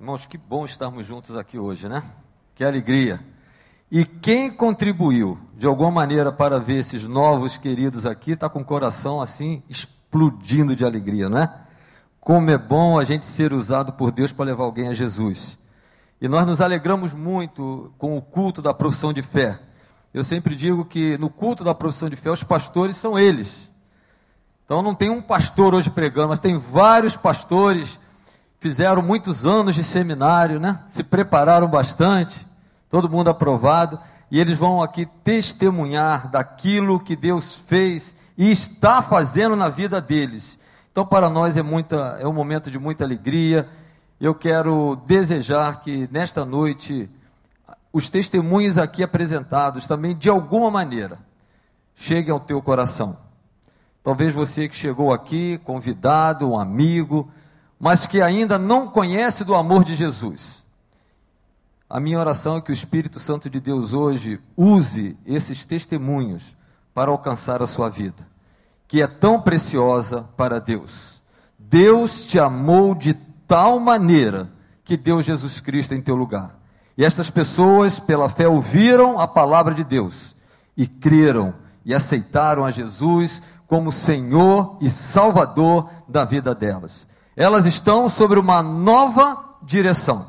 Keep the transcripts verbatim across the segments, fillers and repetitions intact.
Irmãos, que bom estarmos juntos aqui hoje, né? Que alegria. E quem contribuiu, de alguma maneira, para ver esses novos queridos aqui, está com o coração assim, explodindo de alegria, não é? Como é bom a gente ser usado por Deus para levar alguém a Jesus. E nós nos alegramos muito com o culto da profissão de fé. Eu sempre digo que no culto da profissão de fé, os pastores são eles. Então não tem um pastor hoje pregando, mas tem vários pastores, fizeram muitos anos de seminário, né? Se prepararam bastante, todo mundo aprovado, e eles vão aqui testemunhar daquilo que Deus fez e está fazendo na vida deles. Então para nós é, muita, é um momento de muita alegria. Eu quero desejar que nesta noite os testemunhos aqui apresentados também, de alguma maneira, cheguem ao teu coração. Talvez você que chegou aqui, convidado, um amigo, mas que ainda não conhece do amor de Jesus. A minha oração é que o Espírito Santo de Deus hoje use esses testemunhos para alcançar a sua vida, que é tão preciosa para Deus. Deus te amou de tal maneira que deu Jesus Cristo em teu lugar. E estas pessoas, pela fé, ouviram a palavra de Deus e creram e aceitaram a Jesus como Senhor e Salvador da vida delas. Elas estão sobre uma nova direção.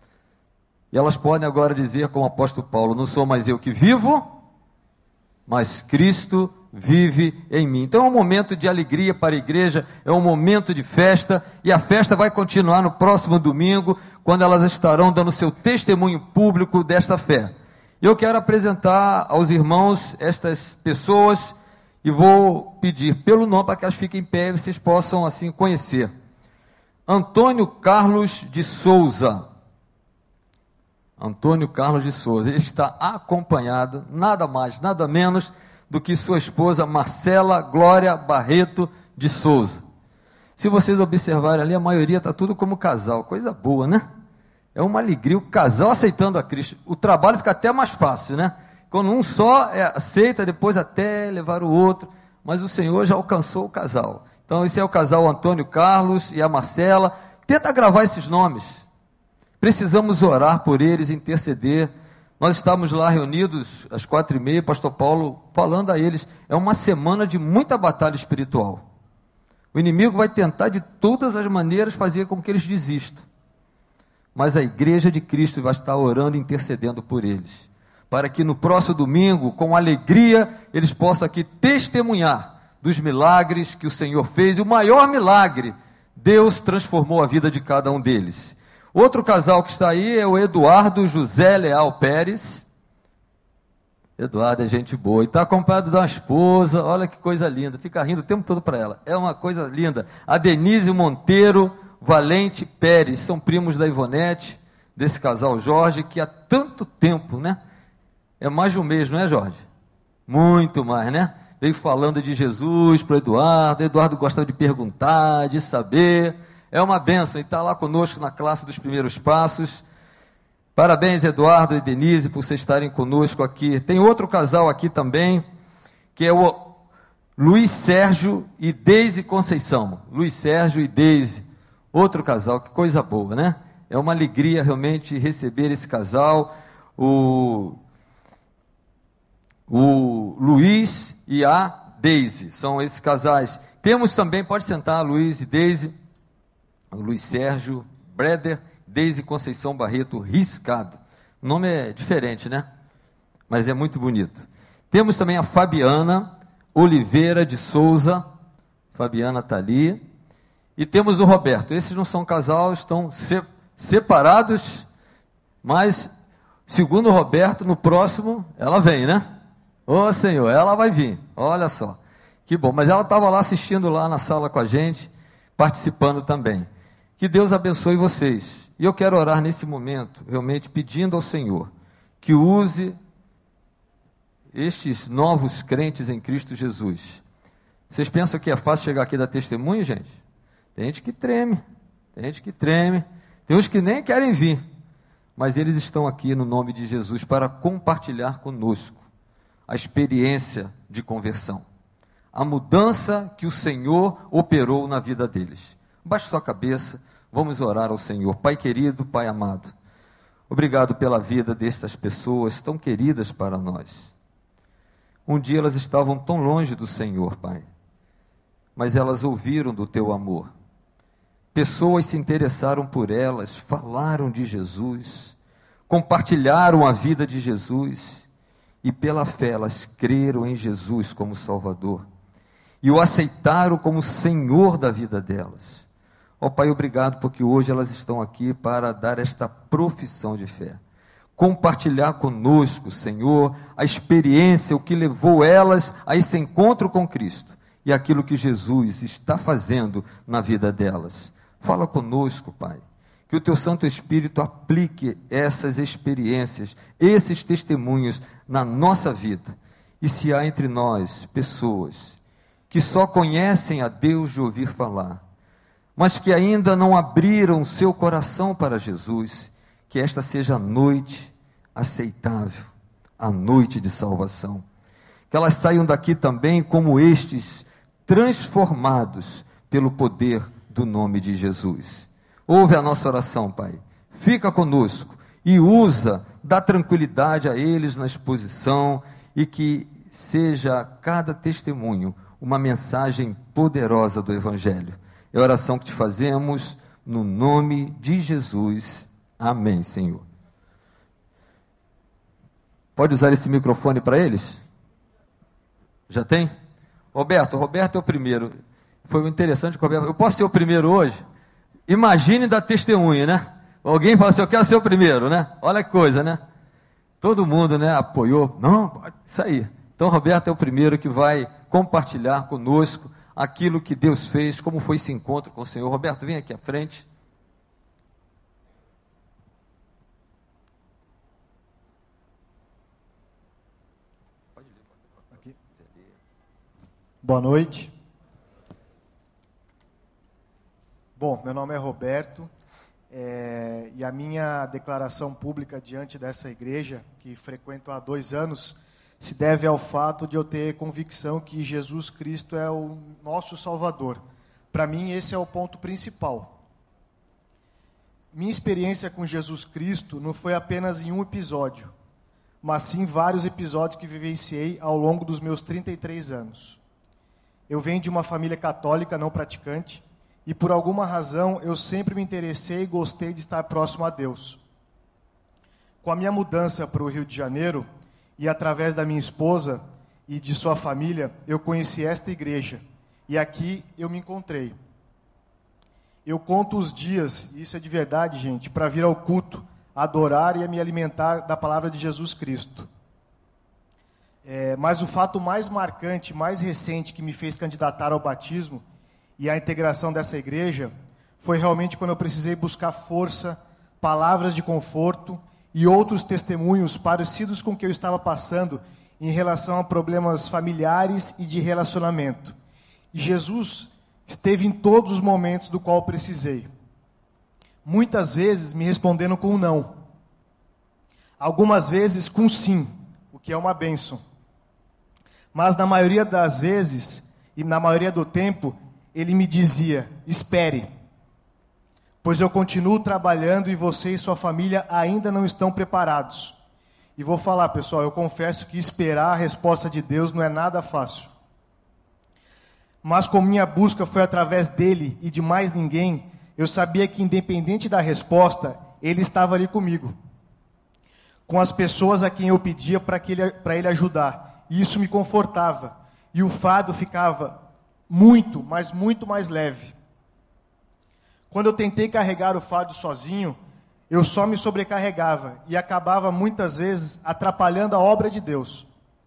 E elas podem agora dizer, como o apóstolo Paulo, não sou mais eu que vivo, mas Cristo vive em mim. Então é um momento de alegria para a igreja, é um momento de festa, e a festa vai continuar no próximo domingo, quando elas estarão dando seu testemunho público desta fé. Eu quero apresentar aos irmãos estas pessoas, e vou pedir pelo nome para que elas fiquem em pé e vocês possam assim conhecer. Antônio Carlos de Souza. Antônio Carlos de Souza. Ele está acompanhado, nada mais, nada menos do que sua esposa Marcela Glória Barreto de Souza. Se vocês observarem ali, a maioria está tudo como casal. Coisa boa, né? É uma alegria o casal aceitando a Cristo. O trabalho fica até mais fácil, né? Quando um só é, aceita, depois até levar o outro. Mas o Senhor já alcançou o casal. Então esse é o casal Antônio Carlos e a Marcela. Tenta gravar esses nomes. Precisamos orar por eles, interceder. Nós estávamos lá reunidos às quatro e meia, pastor Paulo falando a eles. É uma semana de muita batalha espiritual. O inimigo vai tentar de todas as maneiras fazer com que eles desistam. Mas a igreja de Cristo vai estar orando e intercedendo por eles, para que no próximo domingo, com alegria, eles possam aqui testemunhar dos milagres que o Senhor fez. E o maior milagre, Deus transformou a vida de cada um deles. Outro casal que está aí é o Eduardo José Leal Pérez. Eduardo é gente boa, e está acompanhado da esposa. Olha que coisa linda, fica rindo o tempo todo para ela, é uma coisa linda. A Denise Monteiro Valente Pérez, são primos da Ivonete, desse casal Jorge, que há tanto tempo, né? É mais de um mês, não é, Jorge? Muito mais, né? Veio falando de Jesus para o Eduardo. Eduardo gostava de perguntar, de saber. É uma bênção, e está lá conosco na classe dos primeiros passos. Parabéns, Eduardo e Denise, por vocês estarem conosco aqui. Tem outro casal aqui também, que é o Luiz Sérgio e Deise Conceição. Luiz Sérgio e Deise, outro casal, que coisa boa, né? É uma alegria realmente receber esse casal. O... O Luiz e a Deise, são esses casais. Temos também, pode sentar, Luiz e Deise, o Luiz Sérgio Breder, Deise Conceição Barreto Riscado. O nome é diferente, né? Mas é muito bonito. Temos também a Fabiana Oliveira de Souza. Fabiana está ali. E temos o Roberto. Esses não são casal, estão se, separados, mas, segundo o Roberto, no próximo, ela vem, né? Ô oh, Senhor, ela vai vir, olha só, que bom, mas ela estava lá assistindo lá na sala com a gente, participando também. Que Deus abençoe vocês, e eu quero orar nesse momento, realmente pedindo ao Senhor, que use estes novos crentes em Cristo Jesus. Vocês pensam que é fácil chegar aqui e dar testemunho, gente? Tem gente que treme, tem gente que treme, tem uns que nem querem vir, mas eles estão aqui no nome de Jesus para compartilhar conosco a experiência de conversão, a mudança que o Senhor operou na vida deles. Baixe sua cabeça, Vamos orar ao Senhor. Pai querido, Pai amado, obrigado pela vida destas pessoas tão queridas para nós. Um dia elas estavam tão longe do Senhor, Pai, mas elas ouviram do Teu amor. Pessoas se interessaram por elas, falaram de Jesus, compartilharam a vida de Jesus, e pela fé elas creram em Jesus como Salvador, e o aceitaram como Senhor da vida delas. Ó oh, Pai, obrigado porque hoje elas estão aqui para dar esta profissão de fé, compartilhar conosco, Senhor, a experiência, o que levou elas a esse encontro com Cristo, e aquilo que Jesus está fazendo na vida delas. Fala conosco, Pai, que o Teu Santo Espírito aplique essas experiências, esses testemunhos na nossa vida. E se há entre nós pessoas que só conhecem a Deus de ouvir falar, mas que ainda não abriram seu coração para Jesus, que esta seja a noite aceitável, a noite de salvação. Que elas saiam daqui também como estes, transformados pelo poder do nome de Jesus. Ouve a nossa oração, Pai. Fica conosco e usa, dá tranquilidade a eles na exposição, e que seja cada testemunho uma mensagem poderosa do Evangelho. É a oração que te fazemos no nome de Jesus. Amém, Senhor. Pode usar esse microfone para eles? Já tem? Roberto, Roberto é o primeiro. Foi interessante que o Roberto... Eu posso ser o primeiro hoje? Imagine dar testemunha, né? Alguém fala assim, eu quero ser o primeiro, né? Olha que coisa, né? Todo mundo, né, apoiou. Não, isso aí. Então, Roberto é o primeiro que vai compartilhar conosco aquilo que Deus fez, como foi esse encontro com o Senhor. Roberto, vem aqui à frente. Aqui. Boa noite. Bom, meu nome é Roberto, é, e a minha declaração pública diante dessa igreja, que frequento há dois anos, se deve ao fato de eu ter convicção que Jesus Cristo é o nosso Salvador. Para mim, esse é o ponto principal. Minha experiência com Jesus Cristo não foi apenas em um episódio, mas sim vários episódios que vivenciei ao longo dos meus trinta e três anos. Eu venho de uma família católica não praticante, e por alguma razão eu sempre me interessei e gostei de estar próximo a Deus. Com a minha mudança para o Rio de Janeiro, e através da minha esposa e de sua família, eu conheci esta igreja, e aqui eu me encontrei. Eu conto os dias, e isso é de verdade, gente, para vir ao culto, adorar e me alimentar da palavra de Jesus Cristo. É, mas o fato mais marcante, mais recente, que me fez candidatar ao batismo e à integração dessa igreja, foi realmente quando eu precisei buscar força, palavras de conforto e outros testemunhos parecidos com o que eu estava passando em relação a problemas familiares e de relacionamento. E Jesus esteve em todos os momentos do qual eu precisei. Muitas vezes me respondendo com um não. Algumas vezes com sim, o que é uma bênção. Mas na maioria das vezes, e na maioria do tempo, ele me dizia, espere, pois eu continuo trabalhando e você e sua família ainda não estão preparados. E vou falar, pessoal, eu confesso que esperar a resposta de Deus não é nada fácil. Mas como minha busca foi através dele e de mais ninguém, eu sabia que independente da resposta, ele estava ali comigo. Com as pessoas a quem eu pedia para que ele, para ele ajudar. E isso me confortava. E o fardo ficava muito, mas muito mais leve. Quando eu tentei carregar o fardo sozinho, eu só me sobrecarregava e acabava muitas vezes atrapalhando a obra de Deus.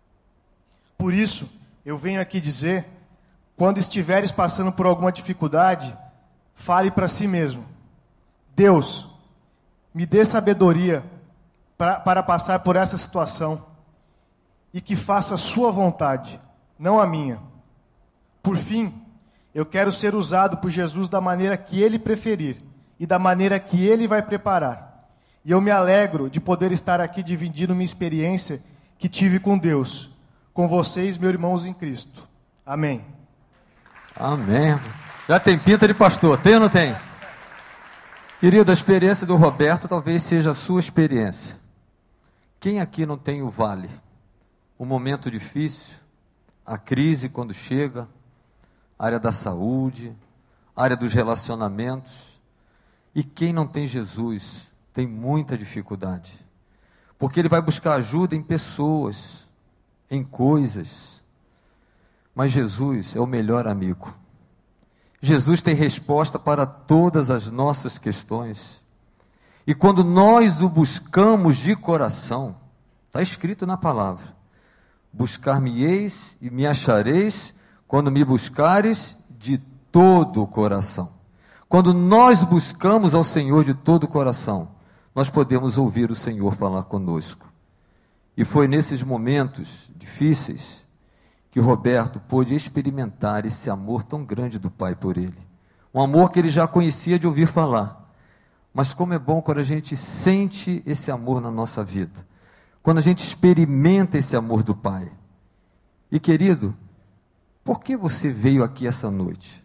Por isso, eu venho aqui dizer, quando estiveres passando por alguma dificuldade, fale para si mesmo, Deus, me dê sabedoria pra, para passar por essa situação e que faça a sua vontade, não a minha. Por fim, eu quero ser usado por Jesus da maneira que Ele preferir e da maneira que Ele vai preparar. E eu me alegro de poder estar aqui dividindo minha experiência que tive com Deus, com vocês, meus irmãos em Cristo. Amém. Amém. Já tem pinta de pastor, tem ou não tem? Querido, a experiência do Roberto talvez seja a sua experiência. Quem aqui não tem o vale? O momento difícil, a crise quando chega, a área da saúde, a área dos relacionamentos. E quem não tem Jesus tem muita dificuldade, porque ele vai buscar ajuda em pessoas, em coisas. Mas Jesus é o melhor amigo. Jesus tem resposta para todas as nossas questões. E quando nós o buscamos de coração, está escrito na palavra: buscar-me-eis e me achareis quando me buscares de todo o coração. Quando nós buscamos ao Senhor de todo o coração, nós podemos ouvir o Senhor falar conosco. E foi nesses momentos difíceis que Roberto pôde experimentar esse amor tão grande do Pai por ele. Um amor que ele já conhecia de ouvir falar. Mas como é bom quando a gente sente esse amor na nossa vida. Quando a gente experimenta esse amor do Pai. E querido, por que você veio aqui essa noite?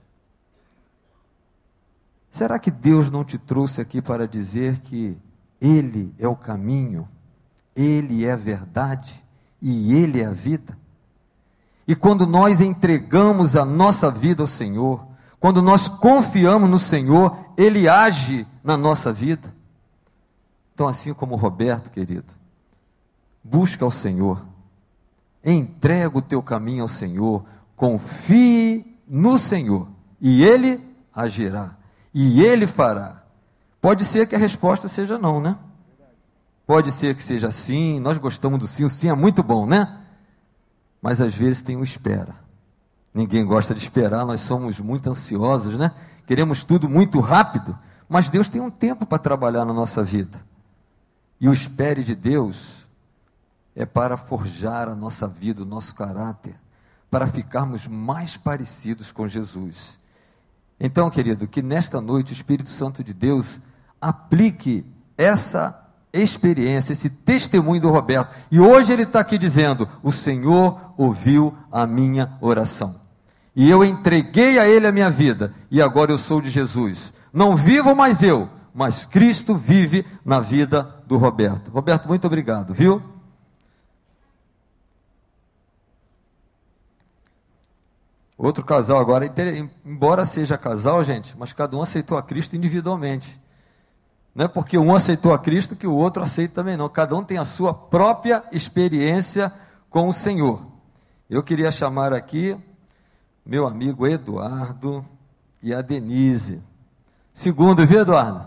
Será que Deus não te trouxe aqui para dizer que Ele é o caminho, Ele é a verdade e Ele é a vida? E quando nós entregamos a nossa vida ao Senhor, quando nós confiamos no Senhor, Ele age na nossa vida. Então, assim como o Roberto, querido, busca ao Senhor, entrega o teu caminho ao Senhor, confie no Senhor, e Ele agirá, e Ele fará. Pode ser que a resposta seja não, né? Pode ser que seja sim, nós gostamos do sim, o sim é muito bom, né? Mas às vezes tem o espera. Ninguém gosta de esperar, nós somos muito ansiosos, né? Queremos tudo muito rápido, mas Deus tem um tempo para trabalhar na nossa vida. E o espere de Deus é para forjar a nossa vida, o nosso caráter, para ficarmos mais parecidos com Jesus. Então, querido, que nesta noite o Espírito Santo de Deus aplique essa experiência, esse testemunho do Roberto. E hoje ele está aqui dizendo: o Senhor ouviu a minha oração. E eu entreguei a Ele a minha vida, e agora eu sou de Jesus. Não vivo mais eu, mas Cristo vive na vida do Roberto. Roberto, muito obrigado, viu? Outro casal agora, embora seja casal, gente, mas cada um aceitou a Cristo individualmente. Não é porque um aceitou a Cristo que o outro aceita também não. Cada um tem a sua própria experiência com o Senhor. Eu queria chamar aqui meu amigo Eduardo e a Denise. Segundo, viu, Eduardo?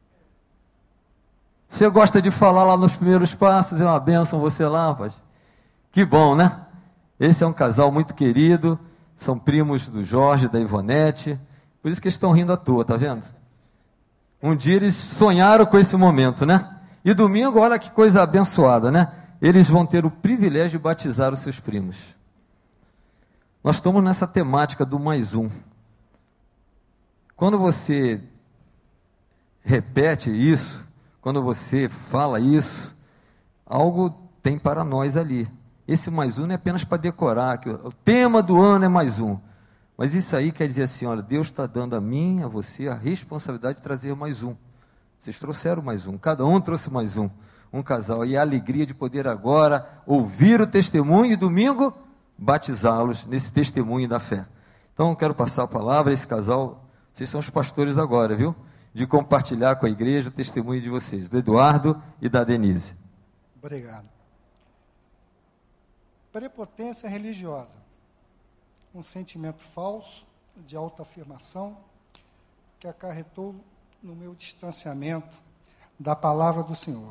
Você gosta de falar lá nos primeiros passos, é uma bênção você lá, rapaz. Que bom, né? Esse é um casal muito querido, são primos do Jorge e da Ivonete, por isso que eles estão rindo à toa, tá vendo? Um dia eles sonharam com esse momento, né? E domingo, olha que coisa abençoada, né? Eles vão ter o privilégio de batizar os seus primos. Nós estamos nessa temática do mais um. Quando você repete isso, quando você fala isso, algo tem para nós ali. Esse mais um não é apenas para decorar, que o tema do ano é mais um. Mas isso aí quer dizer assim, olha, Deus está dando a mim, a você, a responsabilidade de trazer mais um. Vocês trouxeram mais um, cada um trouxe mais um, um casal. E a alegria de poder agora ouvir o testemunho e domingo batizá-los nesse testemunho da fé. Então eu quero passar a palavra a esse casal, vocês são os pastores agora, viu? De compartilhar com a igreja o testemunho de vocês, do Eduardo e da Denise. Obrigado. Prepotência religiosa. Um sentimento falso de autoafirmação que acarretou no meu distanciamento da palavra do Senhor.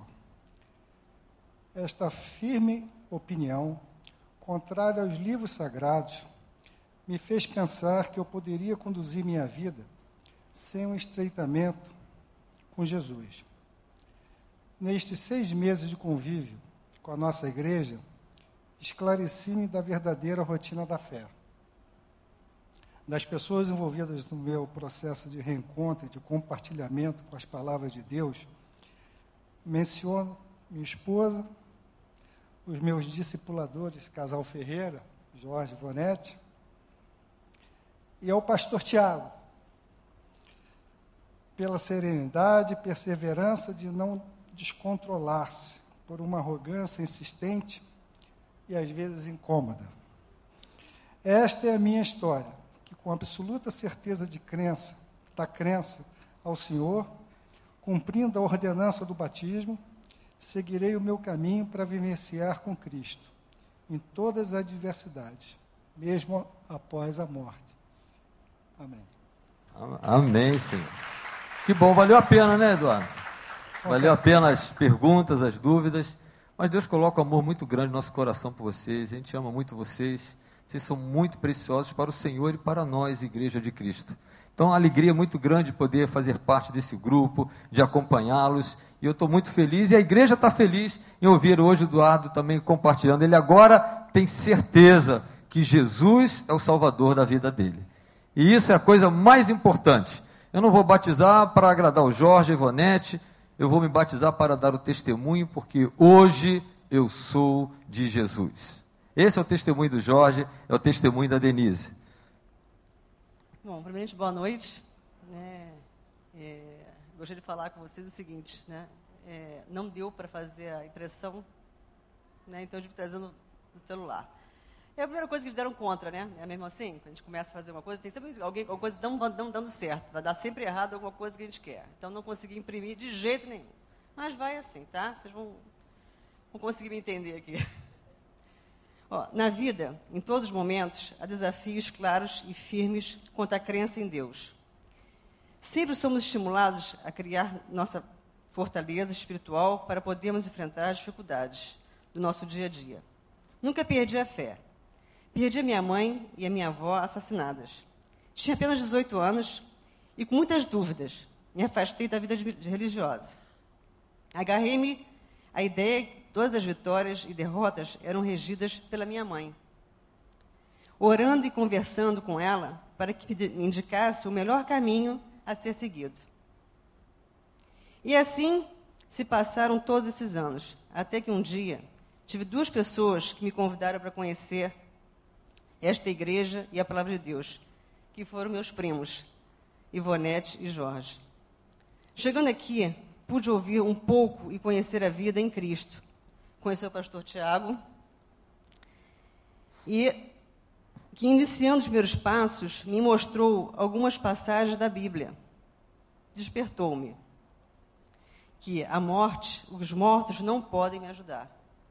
Esta firme opinião, contrária aos livros sagrados, me fez pensar que eu poderia conduzir minha vida sem um estreitamento com Jesus. Nestes seis meses de convívio com a nossa igreja, esclareci-me da verdadeira rotina da fé. Das pessoas envolvidas no meu processo de reencontro e de compartilhamento com as palavras de Deus, menciono minha esposa, os meus discipuladores, casal Ferreira, Jorge e Ivonete, e ao pastor Tiago. pela serenidade e perseverança de não descontrolar-se por uma arrogância insistente e às vezes incômoda. Esta é a minha história, que com absoluta certeza de crença, da crença ao Senhor, cumprindo a ordenança do batismo, seguirei o meu caminho para vivenciar com Cristo, em todas as adversidades, mesmo após a morte. Amém. Amém, Senhor. Que bom, valeu a pena, né, Eduardo? Valeu a pena as perguntas, as dúvidas, mas Deus coloca um amor muito grande no nosso coração por vocês, a gente ama muito vocês, vocês são muito preciosos para o Senhor e para nós, Igreja de Cristo. Então, a alegria é muito grande poder fazer parte desse grupo, de acompanhá-los, e eu estou muito feliz, e a igreja está feliz em ouvir hoje o Eduardo também compartilhando. Ele agora tem certeza que Jesus é o Salvador da vida dele. E isso é a coisa mais importante. Eu não vou batizar para agradar o Jorge e a Ivonete, eu vou me batizar para dar o testemunho, porque hoje eu sou de Jesus. Esse é o testemunho do Jorge, é o testemunho da Denise. Bom, primeiramente, boa noite. Né? É, gostaria de falar com vocês o seguinte, né? É, não deu para fazer a impressão, né? Então eu estive trazendo no celular. É a primeira coisa que eles deram contra, né? É mesmo assim, quando a gente começa a fazer uma coisa, tem sempre alguém, alguma coisa não, não dando certo, vai dar sempre errado alguma coisa que a gente quer. Então não consegui imprimir de jeito nenhum. Mas vai assim, tá? Vocês vão, vão conseguir me entender aqui. Ó, na vida, em todos os momentos, há desafios claros e firmes quanto à crença em Deus. Sempre somos estimulados a criar nossa fortaleza espiritual para podermos enfrentar as dificuldades do nosso dia a dia. Nunca perdi a fé. Perdi a minha mãe e a minha avó assassinadas. Tinha apenas dezoito anos e, com muitas dúvidas, me afastei da vida religiosa. Agarrei-me à ideia que todas as vitórias e derrotas eram regidas pela minha mãe. Orando e conversando com ela para que me indicasse o melhor caminho a ser seguido. E assim se passaram todos esses anos, até que um dia tive duas pessoas que me convidaram para conhecer esta igreja e a palavra de Deus, que foram meus primos, Ivonete e Jorge. Chegando aqui, pude ouvir um pouco e conhecer a vida em Cristo. Conheci o pastor Tiago, e que, iniciando os primeiros passos, me mostrou algumas passagens da Bíblia. Despertou-me que a morte, os mortos não podem me ajudar.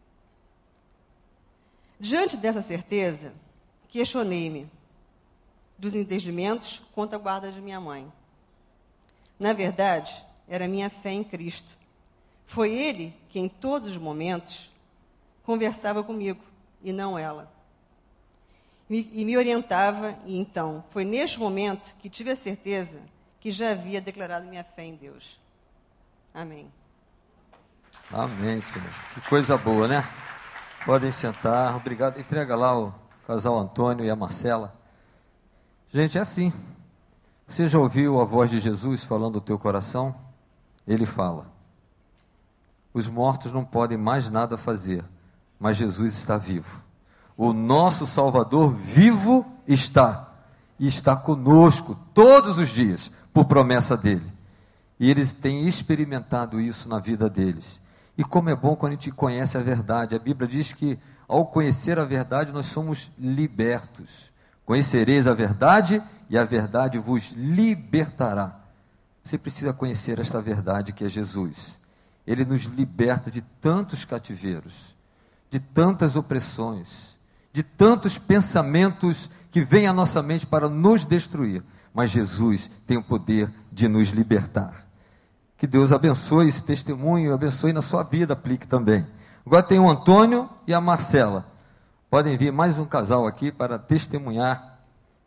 Diante dessa certeza, questionei-me dos entendimentos quanto à guarda de minha mãe. Na verdade, era minha fé em Cristo. Foi Ele que, em todos os momentos, conversava comigo, e não ela. Me, e me orientava, e então, foi neste momento que tive a certeza que já havia declarado minha fé em Deus. Amém. Amém, Senhor. Que coisa boa, né? Podem sentar. Obrigado. Entrega lá o casal Antônio e a Marcela. Gente, é assim. Você já ouviu a voz de Jesus falando no teu coração? Ele fala. Os mortos não podem mais nada fazer, mas Jesus está vivo. O nosso Salvador vivo está. E está conosco todos os dias, por promessa dele. E eles têm experimentado isso na vida deles. E como é bom quando a gente conhece a verdade. A Bíblia diz que, ao conhecer a verdade, nós somos libertos. Conhecereis a verdade, e a verdade vos libertará. Você precisa conhecer esta verdade que é Jesus. Ele nos liberta de tantos cativeiros, de tantas opressões, de tantos pensamentos que vêm à nossa mente para nos destruir. Mas Jesus tem o poder de nos libertar. Que Deus abençoe esse testemunho, abençoe na sua vida, aplique também. Agora tem o Antônio e a Marcela. Podem vir mais um casal aqui para testemunhar.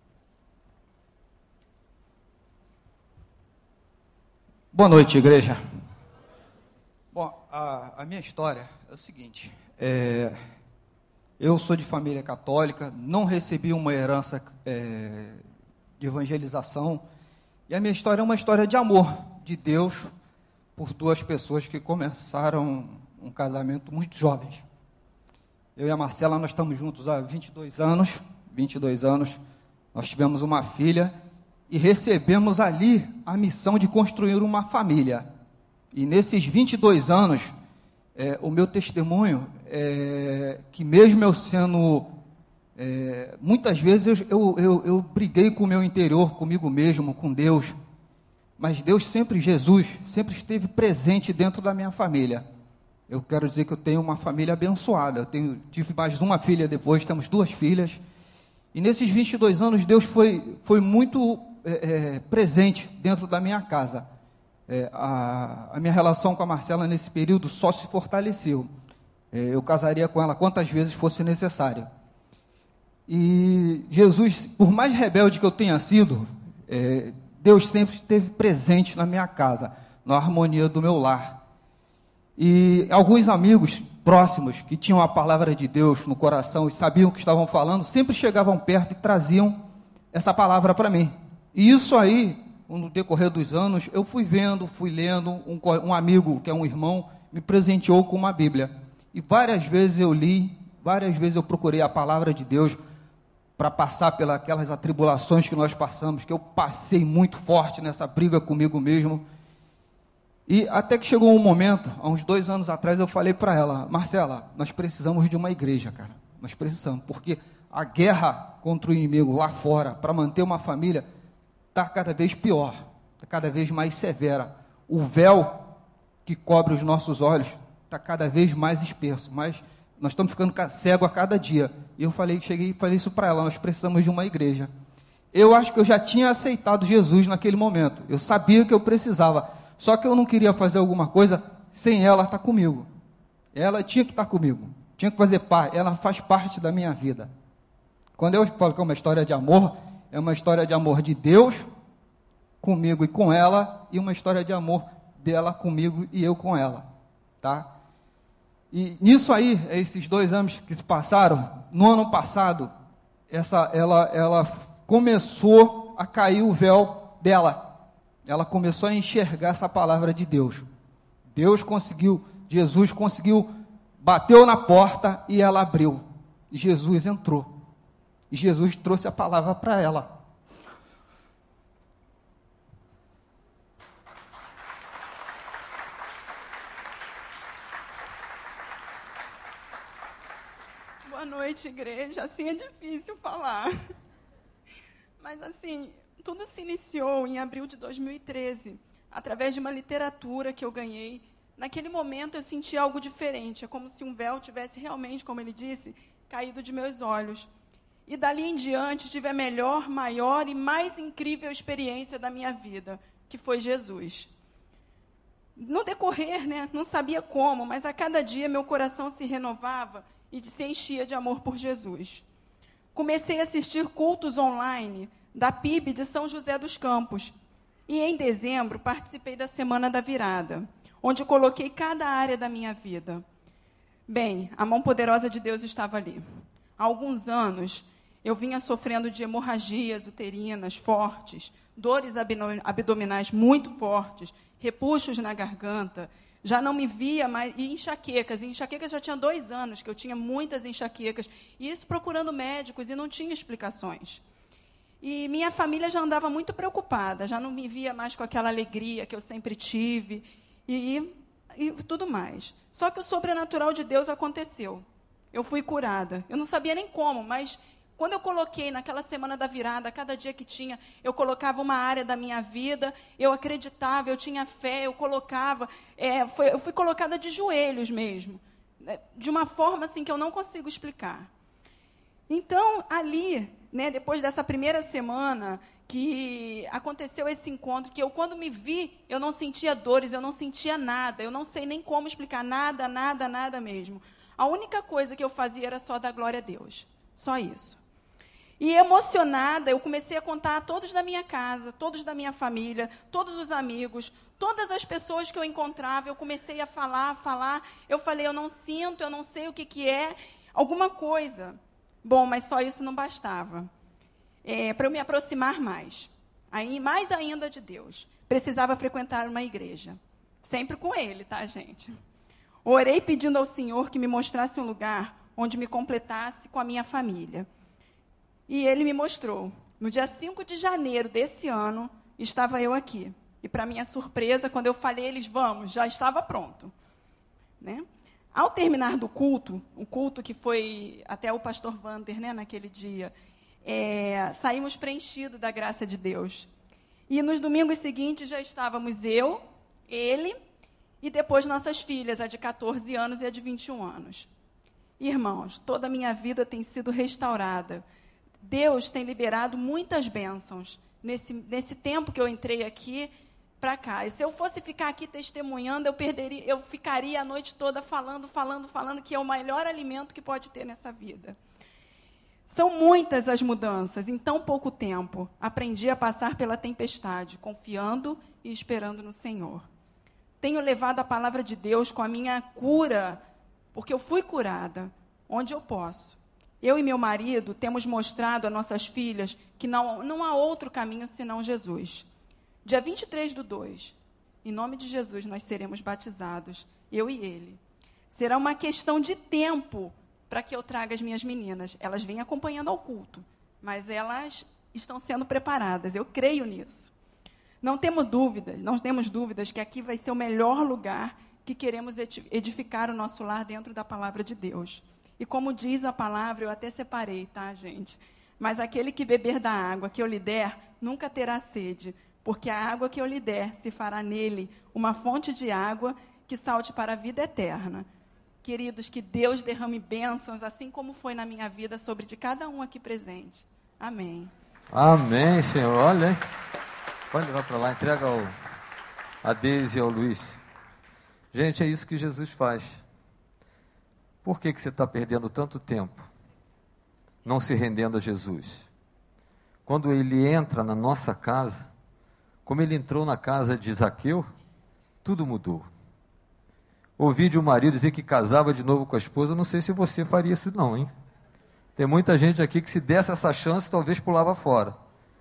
Boa noite, igreja. Bom, a, a minha história é o seguinte. É, eu sou de família católica, não recebi uma herança é, de evangelização. E a minha história é uma história de amor de Deus por duas pessoas que começaram um casamento muito jovens. Eu e a Marcela, nós estamos juntos há vinte e dois anos, vinte e dois anos, nós tivemos uma filha, e recebemos ali a missão de construir uma família. E nesses vinte e dois anos, é, o meu testemunho é que mesmo eu sendo, é, muitas vezes eu, eu, eu briguei com o meu interior, comigo mesmo, com Deus, mas Deus sempre, Jesus, sempre esteve presente dentro da minha família. Eu quero dizer que eu tenho uma família abençoada, eu tenho, tive mais de uma filha depois, temos duas filhas, e nesses vinte e dois anos Deus foi, foi muito é, é, presente dentro da minha casa. É, a, a minha relação com a Marcela nesse período só se fortaleceu. É, eu casaria com ela quantas vezes fosse necessário. E Jesus, por mais rebelde que eu tenha sido, é, Deus sempre esteve presente na minha casa, na harmonia do meu lar. E alguns amigos próximos, que tinham a palavra de Deus no coração e sabiam o que estavam falando, sempre chegavam perto e traziam essa palavra para mim. E isso aí, no decorrer dos anos, eu fui vendo, fui lendo, um, um amigo, que é um irmão, me presenteou com uma Bíblia. E várias vezes eu li, várias vezes eu procurei a palavra de Deus para passar pelas atribulações que nós passamos, que eu passei muito forte nessa briga comigo mesmo. E até que chegou um momento, há uns dois anos atrás, eu falei para ela: Marcela, nós precisamos de uma igreja, cara. Nós precisamos, porque a guerra contra o inimigo lá fora, para manter uma família, está cada vez pior, está cada vez mais severa. O véu que cobre os nossos olhos está cada vez mais espesso, mas nós estamos ficando cego a cada dia. E eu falei, cheguei e falei isso para ela: nós precisamos de uma igreja. Eu acho que eu já tinha aceitado Jesus naquele momento, eu sabia que eu precisava, só que eu não queria fazer alguma coisa sem ela estar comigo. Ela tinha que estar comigo, tinha que fazer parte, ela faz parte da minha vida. Quando eu falo que é uma história de amor, é uma história de amor de Deus comigo e com ela, e uma história de amor dela comigo e eu com ela, tá? E nisso aí, esses dois anos que se passaram, no ano passado, essa, ela, ela começou a cair o véu dela. Ela começou a enxergar essa palavra de Deus. Deus conseguiu, Jesus conseguiu, bateu na porta e ela abriu. E Jesus entrou. E Jesus trouxe a palavra para ela. Boa noite, igreja. Assim é difícil falar. Mas assim, tudo se iniciou em abril de dois mil e treze, através de uma literatura que eu ganhei. Naquele momento eu senti algo diferente, é como se um véu tivesse realmente, como ele disse, caído de meus olhos. E dali em diante tive a melhor, maior e mais incrível experiência da minha vida, que foi Jesus. No decorrer, né, não sabia como, mas a cada dia meu coração se renovava e se enchia de amor por Jesus. Comecei a assistir cultos online da P I B de São José dos Campos. E em dezembro participei da Semana da Virada, onde coloquei cada área da minha vida. Bem, a mão poderosa de Deus estava ali. Há alguns anos eu vinha sofrendo de hemorragias uterinas fortes, dores abdominais muito fortes, repuxos na garganta, já não me via mais, e enxaquecas. E enxaquecas já tinha dois anos, que eu tinha muitas enxaquecas, e isso procurando médicos, e não tinha explicações. E minha família já andava muito preocupada, já não me via mais com aquela alegria que eu sempre tive, e, e tudo mais. Só que o sobrenatural de Deus aconteceu. Eu fui curada. Eu não sabia nem como, mas quando eu coloquei naquela Semana da Virada, cada dia que tinha, eu colocava uma área da minha vida, eu acreditava, eu tinha fé, eu colocava, é, foi, eu fui colocada de joelhos mesmo, né, de uma forma assim que eu não consigo explicar. Então, ali, né, depois dessa primeira semana que aconteceu esse encontro, que eu, quando me vi, eu não sentia dores, eu não sentia nada, eu não sei nem como explicar, nada, nada, nada mesmo. A única coisa que eu fazia era só dar glória a Deus, só isso. E emocionada, eu comecei a contar a todos da minha casa, todos da minha família, todos os amigos, todas as pessoas que eu encontrava, eu comecei a falar, a falar, eu falei, eu não sinto, eu não sei o que, que é, alguma coisa. Bom, mas só isso não bastava. É, para eu me aproximar mais, aí, mais ainda de Deus, precisava frequentar uma igreja. Sempre com Ele, tá, gente? Orei pedindo ao Senhor que me mostrasse um lugar onde me completasse com a minha família. E Ele me mostrou. No dia cinco de janeiro desse ano, estava eu aqui. E, para minha surpresa, quando eu falei, eles, vamos, já estava pronto. Né? Ao terminar do culto, o culto que foi até o pastor Wander, né, naquele dia, é, saímos preenchidos da graça de Deus. E nos domingos seguintes já estávamos eu, ele e depois nossas filhas, a de catorze anos e a de vinte e um anos. Irmãos, toda a minha vida tem sido restaurada. Deus tem liberado muitas bênçãos nesse, nesse tempo que eu entrei aqui para cá. E se eu fosse ficar aqui testemunhando, eu perderia, eu ficaria a noite toda falando, falando, falando, que é o melhor alimento que pode ter nessa vida. São muitas as mudanças. Em tão pouco tempo, aprendi a passar pela tempestade, confiando e esperando no Senhor. Tenho levado a palavra de Deus com a minha cura, porque eu fui curada, onde eu posso. Eu e meu marido temos mostrado a nossas filhas que não, não há outro caminho senão Jesus. Dia vinte e três do dois, em nome de Jesus, nós seremos batizados, eu e ele. Será uma questão de tempo para que eu traga as minhas meninas. Elas vêm acompanhando ao culto, mas elas estão sendo preparadas, eu creio nisso. Não temos dúvidas, não temos dúvidas que aqui vai ser o melhor lugar que queremos edificar o nosso lar dentro da palavra de Deus. E como diz a palavra, eu até separei, tá, gente? Mas aquele que beber da água que eu lhe der, nunca terá sede, porque a água que eu lhe der se fará nele uma fonte de água que salte para a vida eterna. Queridos, que Deus derrame bênçãos, assim como foi na minha vida, sobre de cada um aqui presente. Amém. Amém, Senhor. Olha, pode levar para lá, entrega ao, a Deise e ao Luiz. Gente, é isso que Jesus faz. Por que que você está perdendo tanto tempo não se rendendo a Jesus? Quando ele entra na nossa casa, como ele entrou na casa de Zaqueu, tudo mudou. Ouvi de um marido dizer que casava de novo com a esposa, não sei se você faria isso não, hein? Tem muita gente aqui que se desse essa chance, talvez pulava fora.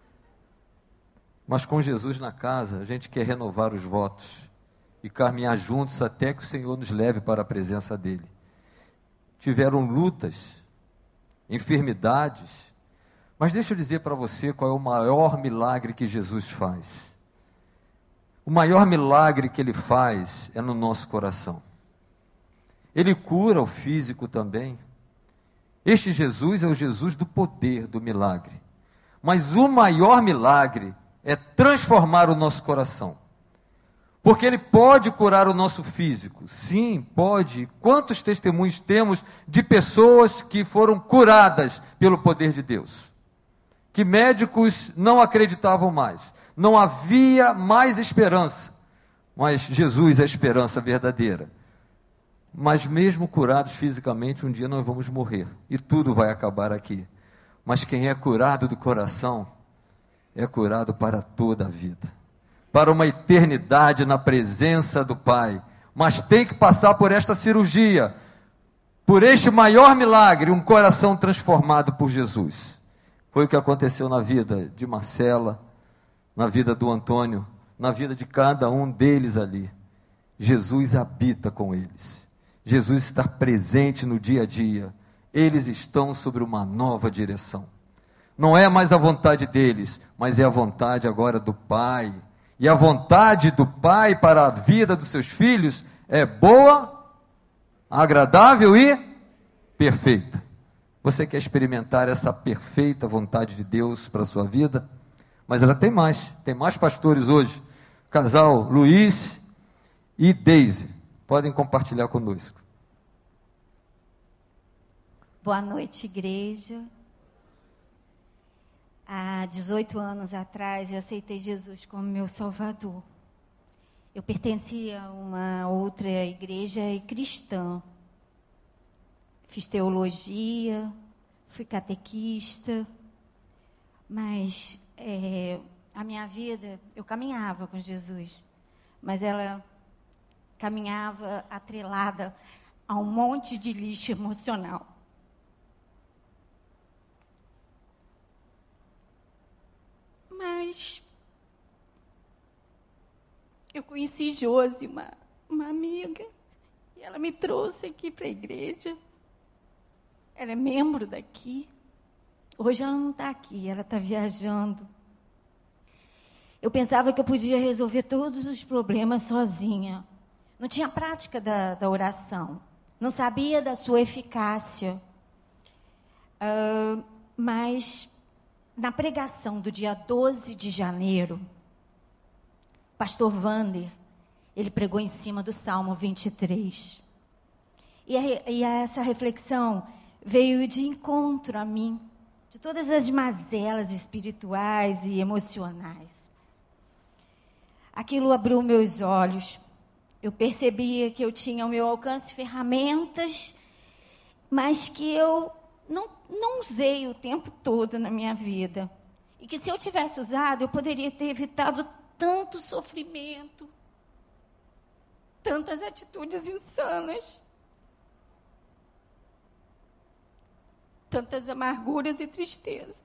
Mas com Jesus na casa, a gente quer renovar os votos e caminhar juntos até que o Senhor nos leve para a presença dele. Tiveram lutas, enfermidades, mas deixa eu dizer para você qual é o maior milagre que Jesus faz. O maior milagre que ele faz é no nosso coração. Ele cura o físico também. Este Jesus é o Jesus do poder, do milagre. Mas o maior milagre é transformar o nosso coração. Porque ele pode curar o nosso físico. Sim, pode. Quantos testemunhos temos de pessoas que foram curadas pelo poder de Deus? Que médicos não acreditavam mais. Não havia mais esperança. Mas Jesus é a esperança verdadeira. Mas mesmo curados fisicamente, um dia nós vamos morrer. E tudo vai acabar aqui. Mas quem é curado do coração, é curado para toda a vida. Para uma eternidade na presença do Pai. Mas tem que passar por esta cirurgia. Por este maior milagre, um coração transformado por Jesus. Foi o que aconteceu na vida de Marcela, na vida do Antônio, na vida de cada um deles ali. Jesus habita com eles. Jesus está presente no dia a dia. Eles estão sobre uma nova direção. Não é mais a vontade deles, mas é a vontade agora do Pai. E a vontade do Pai para a vida dos seus filhos é boa, agradável e perfeita. Você quer experimentar essa perfeita vontade de Deus para a sua vida? Mas ela tem mais, tem mais pastores hoje. Casal Luiz e Deise, podem compartilhar conosco. Boa noite, igreja. Há dezoito anos atrás, eu aceitei Jesus como meu Salvador. Eu pertencia a uma outra igreja cristã. Fiz teologia, fui catequista, mas é, a minha vida, eu caminhava com Jesus, mas ela caminhava atrelada a um monte de lixo emocional. Mas eu conheci Josi, uma, uma amiga, e ela me trouxe aqui para a igreja. Ela é membro daqui. Hoje ela não está aqui, ela está viajando. Eu pensava que eu podia resolver todos os problemas sozinha. Não tinha prática da, da oração. Não sabia da sua eficácia. Uh, mas, na pregação do dia doze de janeiro, o pastor Wander, ele pregou em cima do Salmo vinte e três. E, a, e a essa reflexão veio de encontro a mim, de todas as mazelas espirituais e emocionais. Aquilo abriu meus olhos. Eu percebia que eu tinha ao meu alcance ferramentas, mas que eu não, não usei o tempo todo na minha vida. E que se eu tivesse usado, eu poderia ter evitado tanto sofrimento, tantas atitudes insanas, tantas amarguras e tristezas.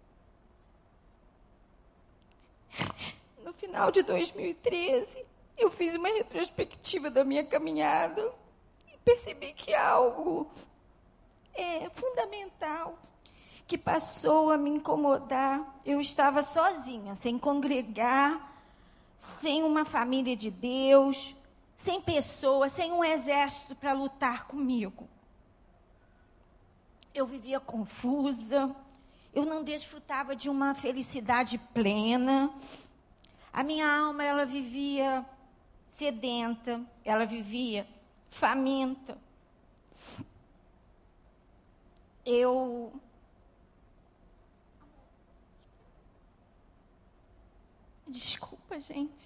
No final de dois mil e treze, eu fiz uma retrospectiva da minha caminhada e percebi que algo é, fundamental que passou a me incomodar. Eu estava sozinha, sem congregar, sem uma família de Deus, sem pessoas, sem um exército para lutar comigo. Eu vivia confusa, eu não desfrutava de uma felicidade plena. A minha alma, ela vivia sedenta, ela vivia faminta. Eu... Desculpa, gente.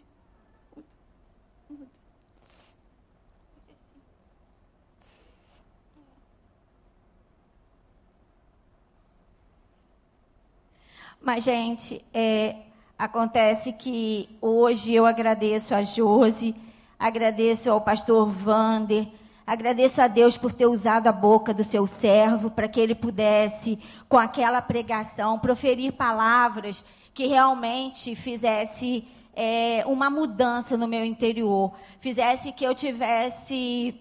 Mas, gente, é, acontece que hoje eu agradeço a Josi, agradeço ao pastor Wander, agradeço a Deus por ter usado a boca do seu servo para que ele pudesse, com aquela pregação, proferir palavras que realmente fizesse é, uma mudança no meu interior, fizesse que eu tivesse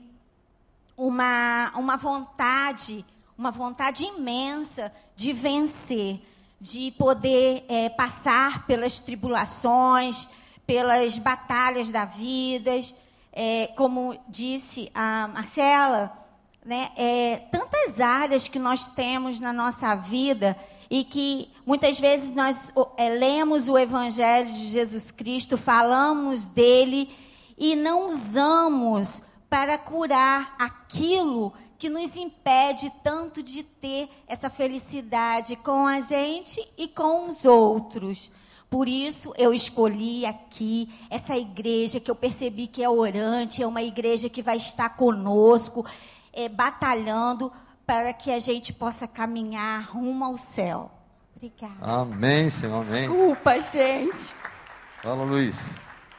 uma, uma vontade, uma vontade imensa de vencer, de poder é, passar pelas tribulações, pelas batalhas da vida. É, como disse a Marcela, né, é, tantas áreas que nós temos na nossa vida e que muitas vezes nós é, lemos o Evangelho de Jesus Cristo, falamos dele e não usamos para curar aquilo que nos impede tanto de ter essa felicidade com a gente e com os outros. Por isso, eu escolhi aqui essa igreja que eu percebi que é orante, é uma igreja que vai estar conosco, é, batalhando para que a gente possa caminhar rumo ao céu. Obrigada. Amém, Senhor, amém. Desculpa, gente. Fala, Luiz.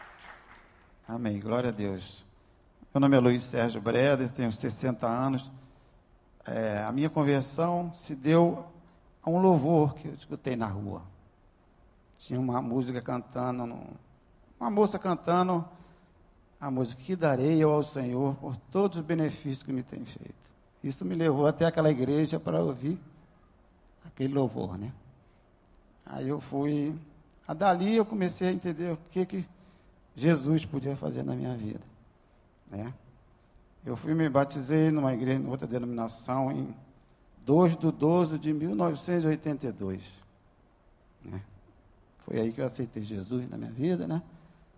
Amém, glória a Deus. Meu nome é Luiz Sérgio Breda, tenho sessenta anos. É, a minha conversão se deu a um louvor que eu escutei na rua. Tinha uma música cantando, uma moça cantando a música: que darei eu ao Senhor por todos os benefícios que me tem feito. Isso me levou até aquela igreja para ouvir aquele louvor, né? Aí eu fui, a dali eu comecei a entender o que, que Jesus podia fazer na minha vida, né? Eu fui me batizei numa igreja, em outra denominação, em dois de doze de mil novecentos e oitenta e dois, né? Foi aí que eu aceitei Jesus na minha vida, né?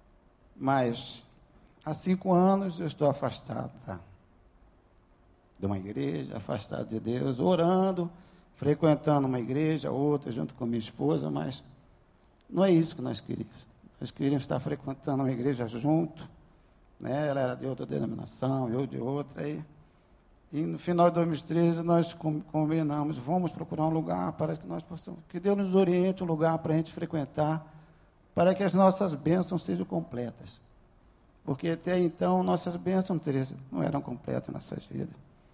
Mas há cinco anos eu estou afastado, tá? De uma igreja, afastado de Deus, orando, frequentando uma igreja, outra, junto com minha esposa, mas não é isso que nós queríamos. Nós queríamos estar frequentando uma igreja junto, né? Ela era de outra denominação, eu de outra. E, e no final de dois mil e treze nós combinamos, vamos procurar um lugar para que nós possamos, que Deus nos oriente, um lugar para a gente frequentar, para que as nossas bênçãos sejam completas. Porque até então nossas bênçãos não eram completas em nossas vidas.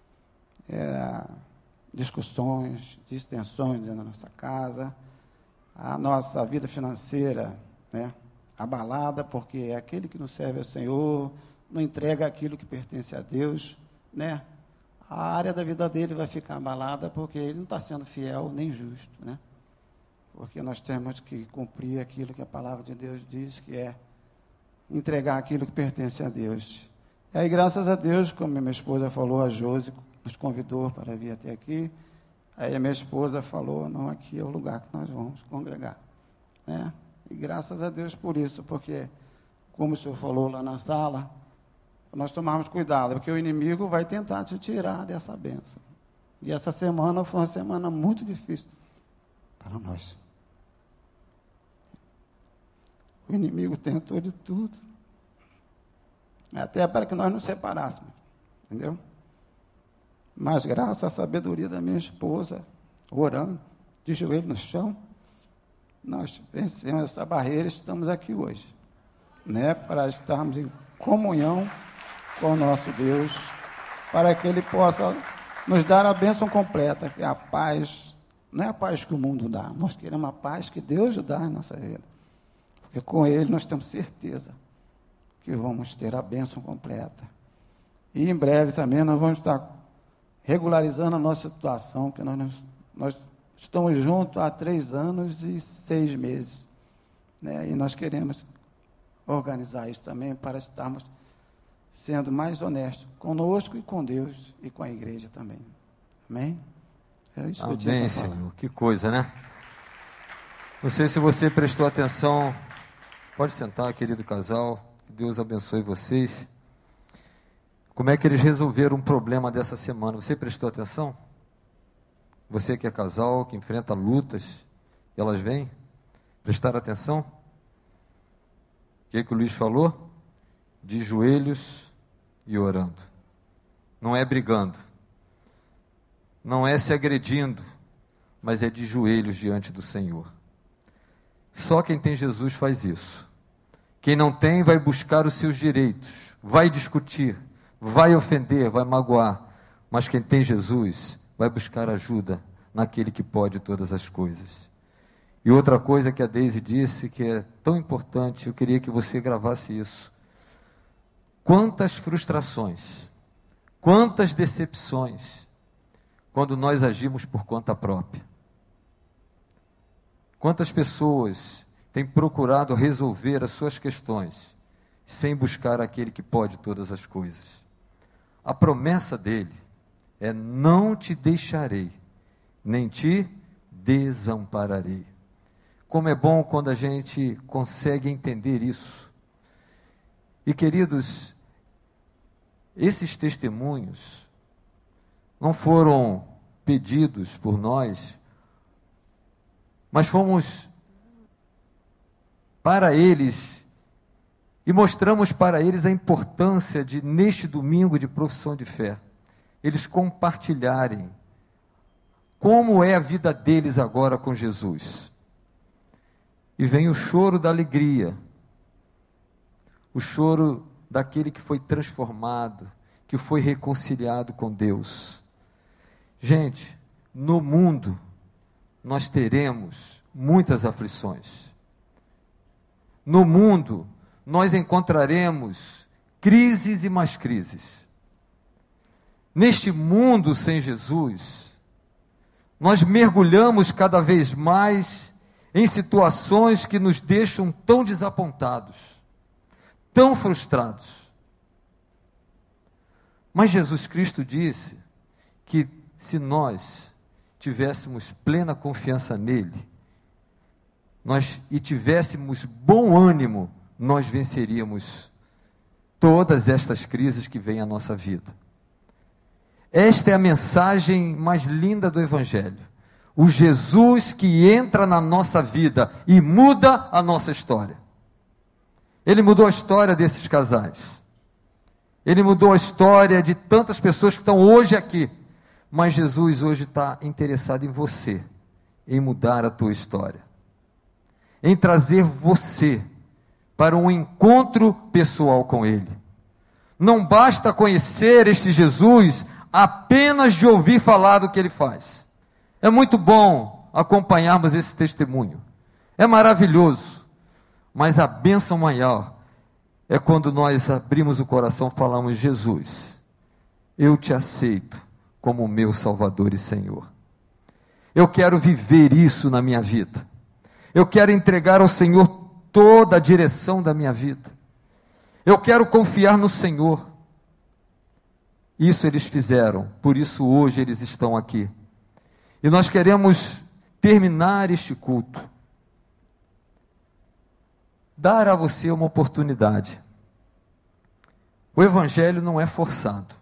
Era discussões, distensões dentro da nossa casa, a nossa vida financeira, né, abalada, porque aquele que nos serve ao Senhor não entrega aquilo que pertence a Deus, né? a área da vida dele vai ficar abalada, porque ele não está sendo fiel nem justo, né? Porque nós temos que cumprir aquilo que a palavra de Deus diz, que é entregar aquilo que pertence a Deus. E aí, graças a Deus, como minha esposa falou, a Josi nos convidou para vir até aqui. Aí a minha esposa falou, não, aqui é o lugar que nós vamos congregar, né? E graças a Deus por isso, porque, como o senhor falou lá na sala, nós tomarmos cuidado, porque o inimigo vai tentar te tirar dessa bênção. E essa semana foi uma semana muito difícil para nós. O inimigo tentou de tudo, até para que nós nos separássemos, entendeu? Mas graças à sabedoria da minha esposa, orando, de joelho no chão, nós vencemos essa barreira e estamos aqui hoje, né? Para estarmos em comunhão com o nosso Deus, para que Ele possa nos dar a bênção completa, que é a paz, não é a paz que o mundo dá, nós queremos a paz que Deus dá em nossa vida, porque com Ele nós temos certeza que vamos ter a bênção completa. E em breve também nós vamos estar regularizando a nossa situação, que nós, nós estamos juntos há três anos e seis meses, né? E nós queremos organizar isso também para estarmos sendo mais honestos conosco e com Deus e com a igreja também. Amém? É isso que eu tinha Amém, para falar. Senhor. Que coisa, né? Não sei se você prestou atenção. Pode sentar, querido casal. Que Deus abençoe vocês. Como é que eles resolveram um problema dessa semana? Você prestou atenção? Você que é casal, que enfrenta lutas, e elas vêm? Prestar atenção? O que, que o Luiz falou? De joelhos e orando. Não é brigando. Não é se agredindo, mas é de joelhos diante do Senhor. Só quem tem Jesus faz isso. Quem não tem vai buscar os seus direitos, vai discutir, vai ofender, vai magoar, mas quem tem Jesus vai buscar ajuda naquele que pode todas as coisas. E outra coisa que a Deise disse, que é tão importante, eu queria que você gravasse isso. Quantas frustrações, quantas decepções, quando nós agimos por conta própria. Quantas pessoas têm procurado resolver as suas questões, sem buscar aquele que pode todas as coisas. A promessa dele é: não te deixarei, nem te desampararei. Como é bom quando a gente consegue entender isso. E queridos, esses testemunhos não foram pedidos por nós, mas fomos para eles e mostramos para eles a importância de, neste domingo de profissão de fé, eles compartilharem como é a vida deles agora com Jesus. E vem o choro da alegria, o choro daquele que foi transformado, que foi reconciliado com Deus. Gente, no mundo nós teremos muitas aflições. No mundo nós encontraremos crises e mais crises. Neste mundo sem Jesus, nós mergulhamos cada vez mais em situações que nos deixam tão desapontados, tão frustrados. Mas Jesus Cristo disse que se nós tivéssemos plena confiança nele, nós e tivéssemos bom ânimo, nós venceríamos todas estas crises que vêm à nossa vida. Esta é a mensagem mais linda do Evangelho. O Jesus que entra na nossa vida e muda a nossa história. Ele mudou a história desses casais. Ele mudou a história de tantas pessoas que estão hoje aqui. Mas Jesus hoje está interessado em você, em mudar a tua história, em trazer você para um encontro pessoal com Ele. Não basta conhecer este Jesus apenas de ouvir falar do que Ele faz. É muito bom acompanharmos esse testemunho. É maravilhoso. Mas a bênção maior é quando nós abrimos o coração e falamos: Jesus, eu te aceito como meu Salvador e Senhor. Eu quero viver isso na minha vida. Eu quero entregar ao Senhor toda a direção da minha vida. Eu quero confiar no Senhor. Isso eles fizeram, por isso hoje eles estão aqui. E nós queremos terminar este culto, dar a você uma oportunidade. O Evangelho não é forçado.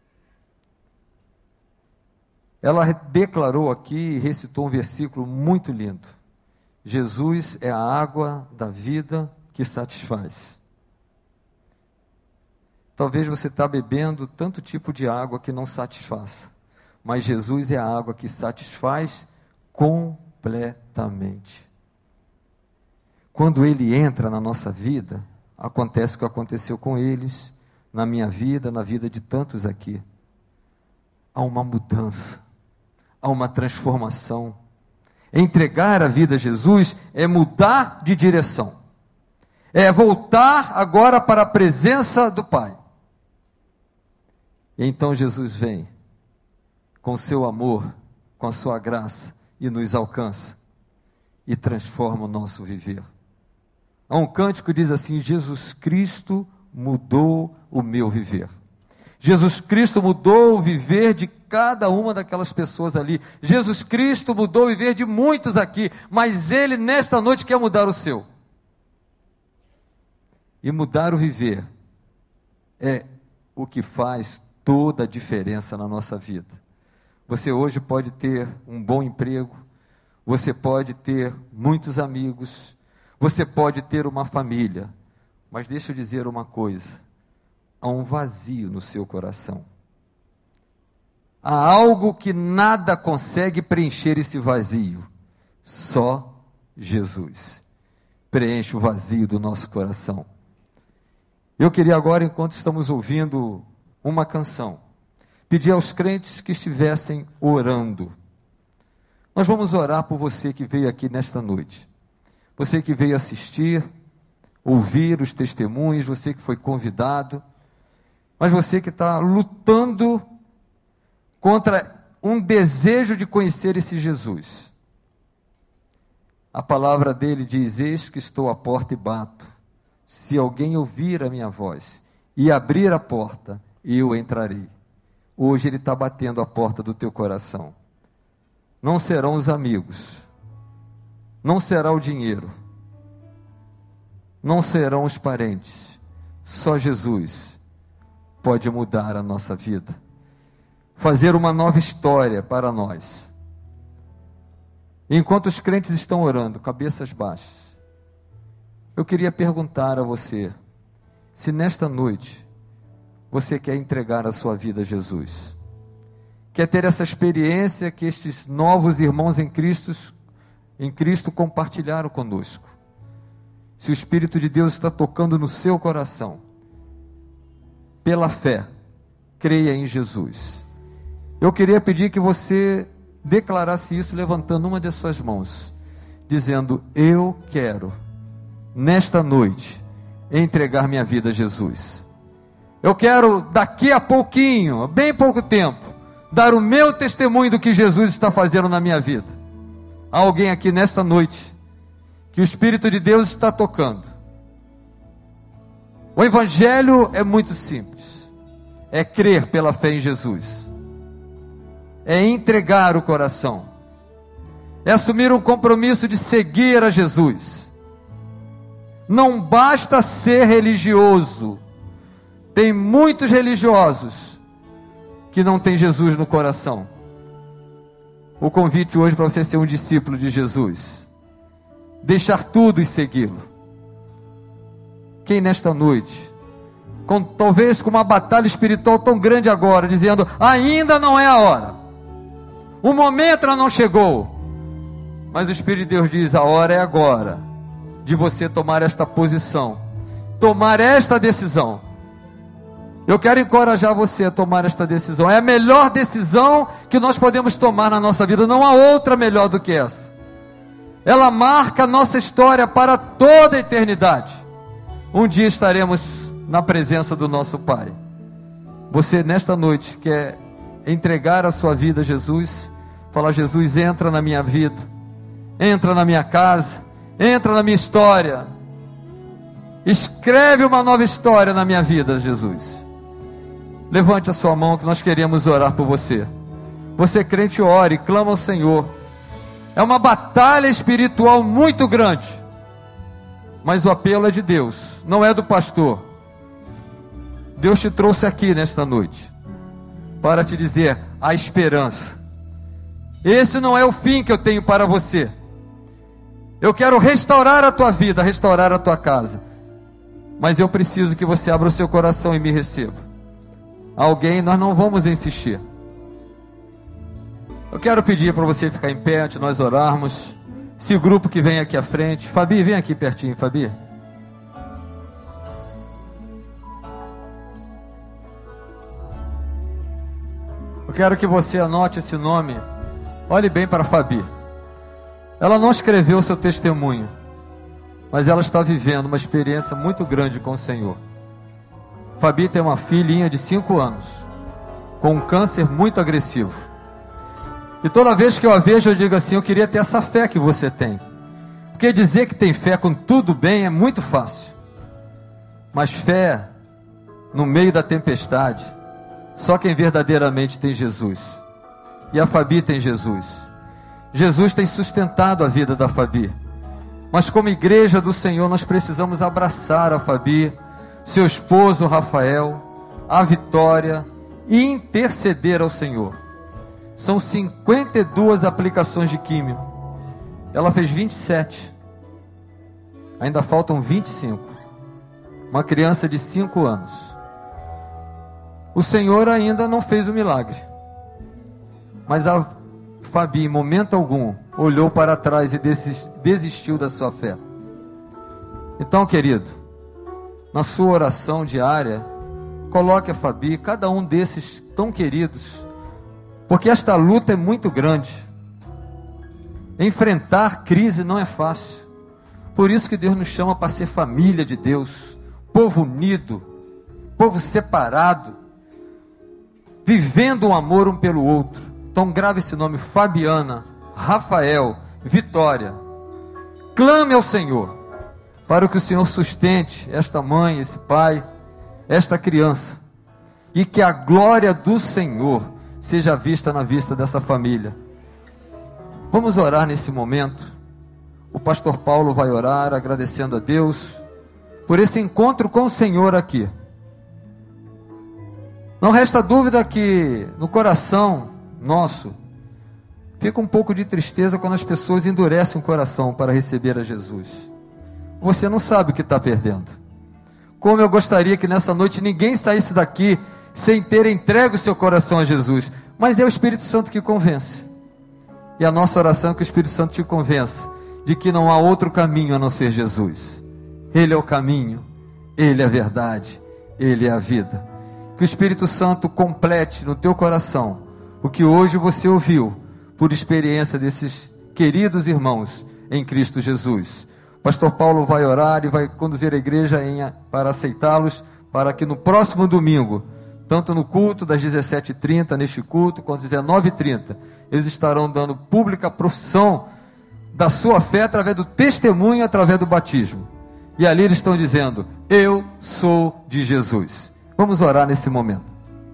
Ela declarou aqui e recitou um versículo muito lindo. Jesus é a água da vida que satisfaz. Talvez você está bebendo tanto tipo de água que não satisfaça, mas Jesus é a água que satisfaz completamente. Quando Ele entra na nossa vida, acontece o que aconteceu com eles, na minha vida, na vida de tantos aqui. Há uma mudança, há uma transformação. Entregar a vida a Jesus é mudar de direção, é voltar agora para a presença do Pai. E então Jesus vem com o seu amor, com a sua graça e nos alcança e transforma o nosso viver. Há um cântico que diz assim: Jesus Cristo mudou o meu viver. Jesus Cristo mudou o viver de cada uma daquelas pessoas ali. Jesus Cristo mudou o viver de muitos aqui, mas Ele nesta noite quer mudar o seu. E mudar o viver é o que faz toda a diferença na nossa vida. Você hoje pode ter um bom emprego, você pode ter muitos amigos, você pode ter uma família, mas deixa eu dizer uma coisa: há um vazio no seu coração. Há algo que nada consegue preencher esse vazio. Só Jesus preenche o vazio do nosso coração. Eu queria agora, enquanto estamos ouvindo uma canção, pedir aos crentes que estivessem orando. Nós vamos orar por você que veio aqui nesta noite. Você que veio assistir, ouvir os testemunhos, você que foi convidado, mas você que está lutando contra um desejo de conhecer esse Jesus. A palavra dele diz: eis que estou à porta e bato. Se alguém ouvir a minha voz e abrir a porta, eu entrarei. Hoje ele está batendo a porta do teu coração. Não serão os amigos, não será o dinheiro, não serão os parentes. Só Jesus pode mudar a nossa vida, fazer uma nova história para nós. Enquanto os crentes estão orando, cabeças baixas, eu queria perguntar a você, se nesta noite você quer entregar a sua vida a Jesus, quer ter essa experiência que estes novos irmãos em Cristo, em Cristo compartilharam conosco. Se o Espírito de Deus está tocando no seu coração, pela fé, creia em Jesus. Eu queria pedir que você declarasse isso levantando uma de suas mãos, dizendo: eu quero, nesta noite, entregar minha vida a Jesus. Eu quero, daqui a pouquinho, bem pouco tempo, dar o meu testemunho do que Jesus está fazendo na minha vida. Há alguém aqui nesta noite que o Espírito de Deus está tocando. O Evangelho é muito simples. É crer pela fé em Jesus. É entregar o coração. É assumir um compromisso de seguir a Jesus. Não basta ser religioso. Tem muitos religiosos que não têm Jesus no coração. O convite hoje para você ser um discípulo de Jesus: deixar tudo e segui-lo. Quem nesta noite, com, talvez com uma batalha espiritual tão grande agora, dizendo: ainda não é a hora, o momento não chegou, mas o Espírito de Deus diz: a hora é agora, de você tomar esta posição, tomar esta decisão. Eu quero encorajar você a tomar esta decisão. É a melhor decisão que nós podemos tomar na nossa vida. Não há outra melhor do que essa. Ela marca a nossa história para toda a eternidade. Um dia estaremos na presença do nosso Pai. Você nesta noite quer entregar a sua vida a Jesus, falar: Jesus, entra na minha vida, entra na minha casa, entra na minha história, escreve uma nova história na minha vida, Jesus. Levante a sua mão que nós queremos orar por você. Você crente, ore, clama ao Senhor. É uma batalha espiritual muito grande, mas o apelo é de Deus, não é do pastor. Deus te trouxe aqui nesta noite para te dizer: há esperança. Esse não é o fim que eu tenho para você. Eu quero restaurar a tua vida, restaurar a tua casa, mas eu preciso que você abra o seu coração e me receba. Alguém, nós não vamos insistir. Eu quero pedir para você ficar em pé antes de nós orarmos. Esse grupo que vem aqui à frente. Fabi, vem aqui pertinho, Fabi. Eu quero que você anote esse nome. Olhe bem para a Fabi. Ela não escreveu o seu testemunho, mas ela está vivendo uma experiência muito grande com o Senhor. Fabi tem uma filhinha de cinco anos, com um câncer muito agressivo. E toda vez que eu a vejo, eu digo assim: eu queria ter essa fé que você tem. Porque dizer que tem fé com tudo bem é muito fácil. Mas fé no meio da tempestade, só quem verdadeiramente tem Jesus. E a Fabi tem Jesus. Jesus tem sustentado a vida da Fabi. Mas como igreja do Senhor, nós precisamos abraçar a Fabi, seu esposo Rafael, a Vitória, e interceder ao Senhor. São cinquenta e duas aplicações de químio. Ela fez vinte e sete. Ainda faltam vinte e cinco. Uma criança de cinco anos. O Senhor ainda não fez o milagre. Mas a Fabi, em momento algum, olhou para trás e desistiu da sua fé. Então, querido, na sua oração diária, coloque a Fabi, cada um desses tão queridos, porque esta luta é muito grande. Enfrentar crise não é fácil. Por isso que Deus nos chama para ser família de Deus, povo unido, povo separado, vivendo um amor um pelo outro. Então grave esse nome: Fabiana, Rafael, Vitória. Clame ao Senhor para que o Senhor sustente esta mãe, esse pai, esta criança, e que a glória do Senhor seja vista na vista dessa família. Vamos orar nesse momento. O pastor Paulo vai orar agradecendo a Deus por esse encontro com o Senhor aqui. Não resta dúvida que no coração nosso fica um pouco de tristeza quando as pessoas endurecem o coração para receber a Jesus. Você não sabe o que está perdendo. Como eu gostaria que nessa noite ninguém saísse daqui sem ter entregue o seu coração a Jesus. Mas é o Espírito Santo que convence. E a nossa oração é que o Espírito Santo te convença de que não há outro caminho a não ser Jesus. Ele é o caminho, Ele é a verdade, Ele é a vida. Que o Espírito Santo complete no teu coração o que hoje você ouviu por experiência desses queridos irmãos em Cristo Jesus. O pastor Paulo vai orar e vai conduzir a igreja em, para aceitá-los, para que no próximo domingo, tanto no culto das dezessete e trinta, neste culto, quanto às dezenove e trinta, eles estarão dando pública profissão da sua fé através do testemunho, através do batismo. E ali eles estão dizendo: eu sou de Jesus. Vamos orar nesse momento.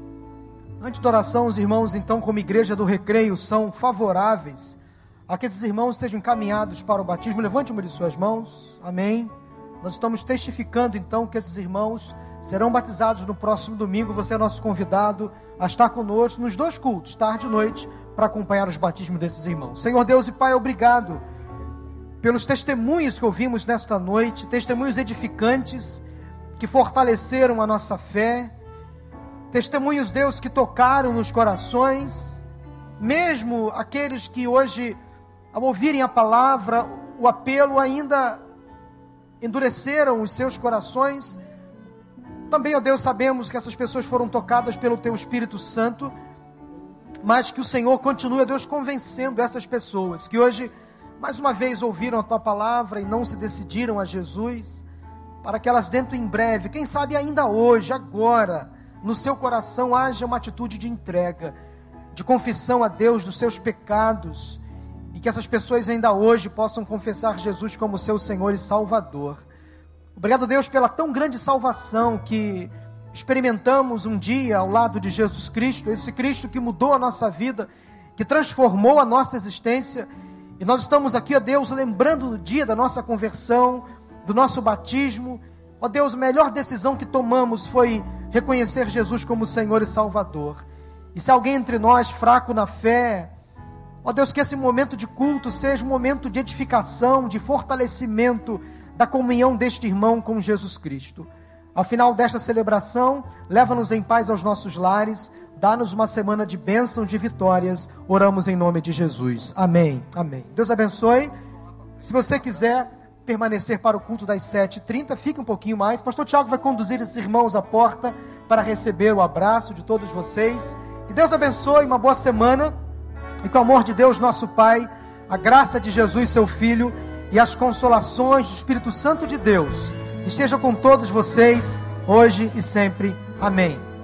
Antes da oração, os irmãos, então, como igreja do Recreio, são favoráveis a que esses irmãos sejam encaminhados para o batismo. Levante uma de suas mãos. Amém. Nós estamos testificando, então, que esses irmãos serão batizados no próximo domingo. Você é nosso convidado a estar conosco nos dois cultos, tarde e noite, para acompanhar os batismos desses irmãos. Senhor Deus e Pai, obrigado pelos testemunhos que ouvimos nesta noite, testemunhos edificantes, que fortaleceram a nossa fé, testemunhos, Deus, que tocaram nos corações, mesmo aqueles que hoje, ao ouvirem a palavra, o apelo, ainda endureceram os seus corações. Também, ó Deus, sabemos que essas pessoas foram tocadas pelo Teu Espírito Santo, mas que o Senhor continue, ó Deus, convencendo essas pessoas, que hoje, mais uma vez, ouviram a Tua palavra e não se decidiram a Jesus, para que elas dentro em breve, quem sabe ainda hoje, agora, no seu coração haja uma atitude de entrega. de confissão a Deus dos seus pecados, e que essas pessoas ainda hoje possam confessar Jesus como seu Senhor e Salvador. Obrigado, Deus, pela tão grande salvação que experimentamos um dia ao lado de Jesus Cristo, esse Cristo que mudou a nossa vida, que transformou a nossa existência. E nós estamos aqui, ó Deus, lembrando do dia da nossa conversão, do nosso batismo. Ó Deus, a melhor decisão que tomamos foi reconhecer Jesus como Senhor e Salvador. E se alguém entre nós fraco na fé, ó Deus, que esse momento de culto seja um momento de edificação, de fortalecimento da comunhão deste irmão com Jesus Cristo. Ao final desta celebração, leva-nos em paz aos nossos lares, dá-nos uma semana de bênção, de vitórias. Oramos em nome de Jesus. Amém. Amém. Deus abençoe. Se você quiser permanecer para o culto das sete e trinta, fique um pouquinho mais. Pastor Tiago vai conduzir esses irmãos à porta para receber o abraço de todos vocês. Que Deus abençoe, uma boa semana. E com o amor de Deus, nosso Pai, a graça de Jesus, seu Filho, e as consolações do Espírito Santo de Deus estejam com todos vocês, hoje e sempre. Amém.